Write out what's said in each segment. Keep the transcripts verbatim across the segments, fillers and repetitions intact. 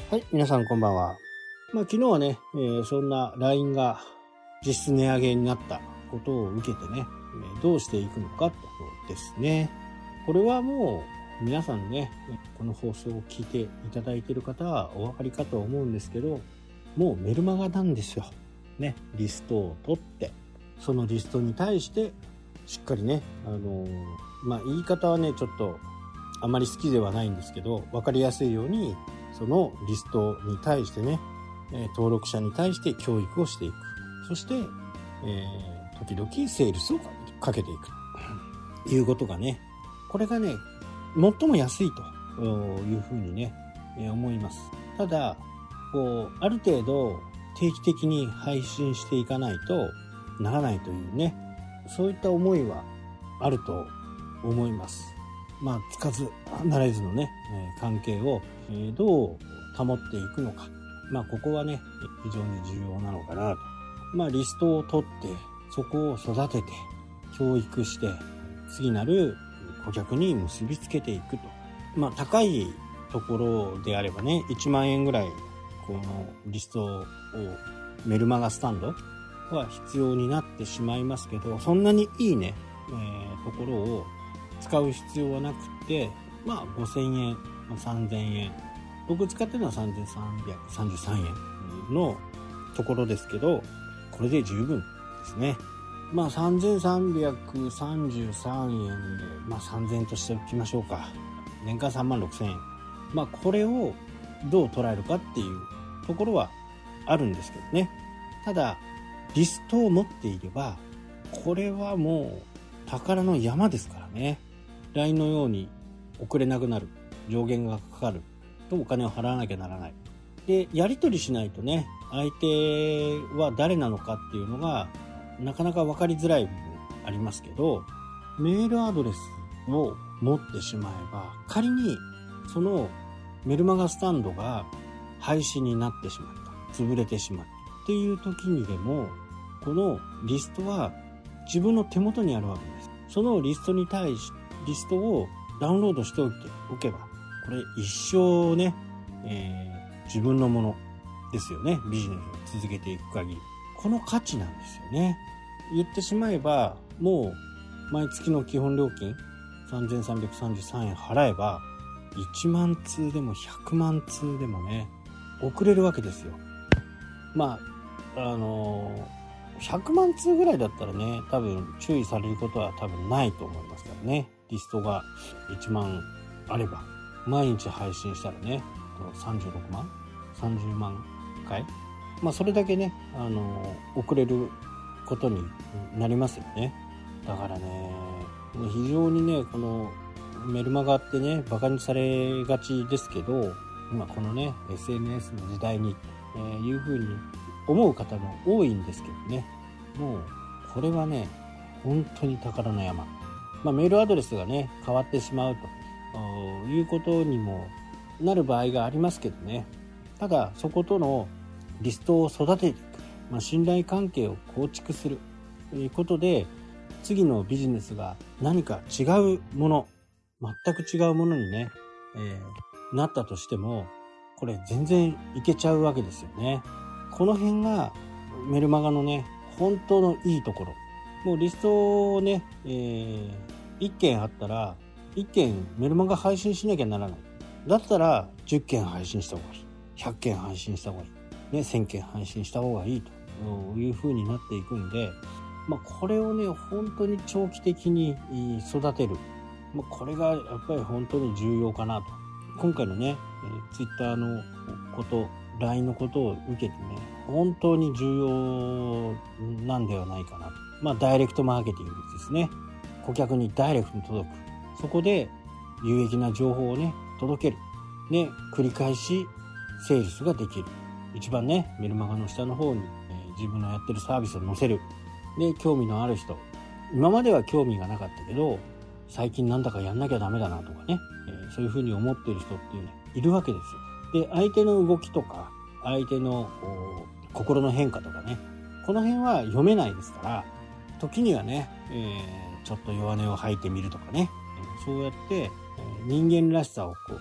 はい、皆さんこんばんは。まあ昨日はね、えー、そんな ライン が実質値上げになったことを受けてね、どうしていくのかとですね。これはもう皆さんね、この放送を聞いていただいている方はお分かりかと思うんですけど、もうメルマガなんですよ。ね、リストを取って、そのリストに対してしっかりね、あのー、まあ言い方はね、ちょっとあまり好きではないんですけど、分かりやすいように、そのリストに対してね、登録者に対して教育をしていく。そして、えー、時々セールスをかけていくということがね、これがね、最も安いというふうにね、思います。ただ、こう、ある程度定期的に配信していかないとならないというね、そういった思いはあると思います。まあ、つかず離れずのね、関係をどう保っていくのか。まあ、ここはね、非常に重要なのかなと。まあ、リストを取って、そこを育てて、教育して、次なる顧客に結びつけていくと。まあ、高いところであればね、いちまんえんぐらい、このリストを、メルマガスタンドは必要になってしまいますけど、そんなにいいね、えー、ところを使う必要はなくて、まあごせんえん、さんぜんえん、僕使ってるのはさんぜんさんびゃくさんじゅうさんえんのところですけど、これで十分ですね。まあさんぜんさんびゃくさんじゅうさんえんで、まあさんぜんえんとしておきましょうか。年間さんまんろくせんえん。まあこれをどう捉えるかっていうところはあるんですけどね。ただ、リストを持っていれば、これはもう宝の山ですからね。ライン のように送れなくなる、上限がかかるとお金を払わなきゃならない。で、やり取りしないとね、相手は誰なのかっていうのがなかなか分かりづらい部分ありますけど、メールアドレスを持ってしまえば、仮にそのメルマガスタンドが廃止になってしまった、潰れてしまったっていう時にでも、このリストは自分の手元にあるわけです。そのリストに対しリストをダウンロードしておけば、これ一生ね、えー、自分のものですよね。ビジネスを続けていく限り。この価値なんですよね。言ってしまえば、もう毎月の基本料金さんぜんさんびゃくさんじゅうさんえん払えば、いちまんつうでもひゃくまんつうでもね、送れるわけですよ。まあ、あのー、ひゃくまんつうぐらいだったらね、多分注意されることは多分ないと思いますからね。リストがいちまんあれば、毎日配信したらね、さんじゅうろくまん ?さんじゅうまんかい、まあそれだけね、あのー、送れることになりますよね。だからね、非常にね、このメルマガってね、バカにされがちですけど、今このね、エスエヌエス の時代に、えー、いうふうに思う方も多いんですけどね、もうこれはね、本当に宝の山。まあメールアドレスがね、変わってしまうということにもなる場合がありますけどね。ただそことのリストを育てていく、まあ、信頼関係を構築するということで、次のビジネスが何か違うもの、全く違うものにね、えー、なったとしても、これ全然いけちゃうわけですよね。この辺がメルマガのね、本当のいいところ。もうリストをね、えー、いっけんあったら、いっけんメルマガ配信しなきゃならない。だったらじゅっけん配信した方がいい。ひゃっけん配信した方がいい。ね、せんけん配信した方がいいという風になっていくんで、まあこれをね、本当に長期的に育てる。まあこれがやっぱり本当に重要かなと。今回のね、えー、Twitter のこと、ライン のことを受けてね、本当に重要なんではないかなと。まあダイレクトマーケティングですね。顧客にダイレクトに届く。そこで有益な情報をね、届ける。ね、繰り返しセールスができる。一番ね、メルマガの下の方に、えー、自分のやってるサービスを載せる。で、興味のある人。今までは興味がなかったけど、最近なんだかやんなきゃダメだなとかね、えー、そういうふうに思っている人っていうのはいるわけですよ。で、相手の動きとか、相手の心の変化とかね、この辺は読めないですから、時にはね、えー、ちょっと弱音を吐いてみるとかね、そうやって人間らしさをこう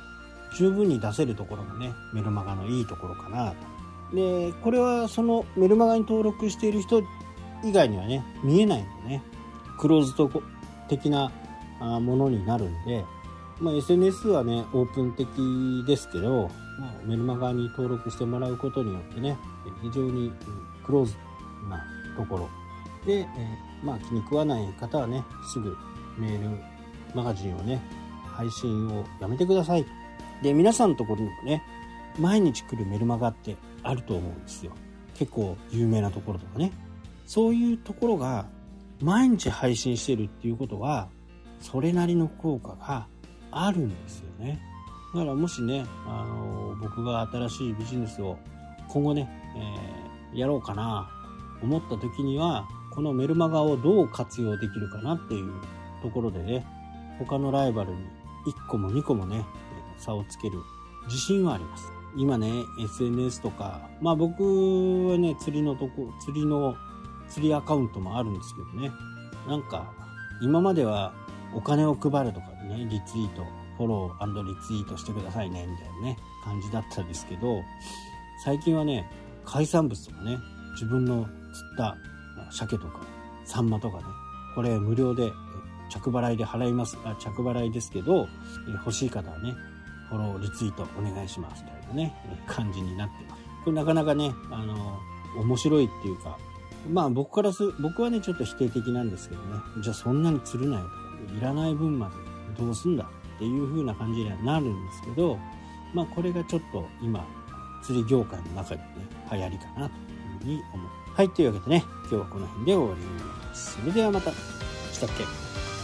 十分に出せるところがね、メルマガのいいところかなと。で、これはそのメルマガに登録している人以外にはね、見えないんでね、クローズド的なものになるんで、まあ、エスエヌエス はね、オープン的ですけど、まあ、メルマガに登録してもらうことによってね、非常にクローズなところで、えー、まあ気に食わない方はね、すぐメールマガジンをね、配信をやめてください。で、皆さんのところにもね、毎日来るメルマガってあると思うんですよ。結構有名なところとかね。そういうところが毎日配信してるっていうことは、それなりの効果があるんですよね。だからもしね、あの僕が新しいビジネスを今後ね、えー、やろうかな思った時には、このメルマガをどう活用できるかなっていうところでね、他のライバルにいっこもにこもね、差をつける自信はあります。今ね、エスエヌエス とか、まあ僕はね、釣りのとこ、釣りの釣りアカウントもあるんですけどね、なんか今まではお金を配るとかでね、リツイート、フォロー&リツイートしてくださいねみたいなね感じだったんですけど、最近はね、海産物とかね、自分の釣った鮭とかサンマとかね、これ無料で着払いで払います、あ着払いですけど、欲しい方はね、フォローリツイートお願いしますみたいなね感じになってます。これなかなかね、あの面白いっていうか、まあ僕からす僕はねちょっと否定的なんですけどね、じゃあそんなに釣るなよとか、いらない分までどうすんだっていう風な感じにはなるんですけど、まあこれがちょっと今釣り業界の中でね流行りかなというふうに思う。はい、というわけでね、今日はこの辺で終わります。それではまた。したっけ。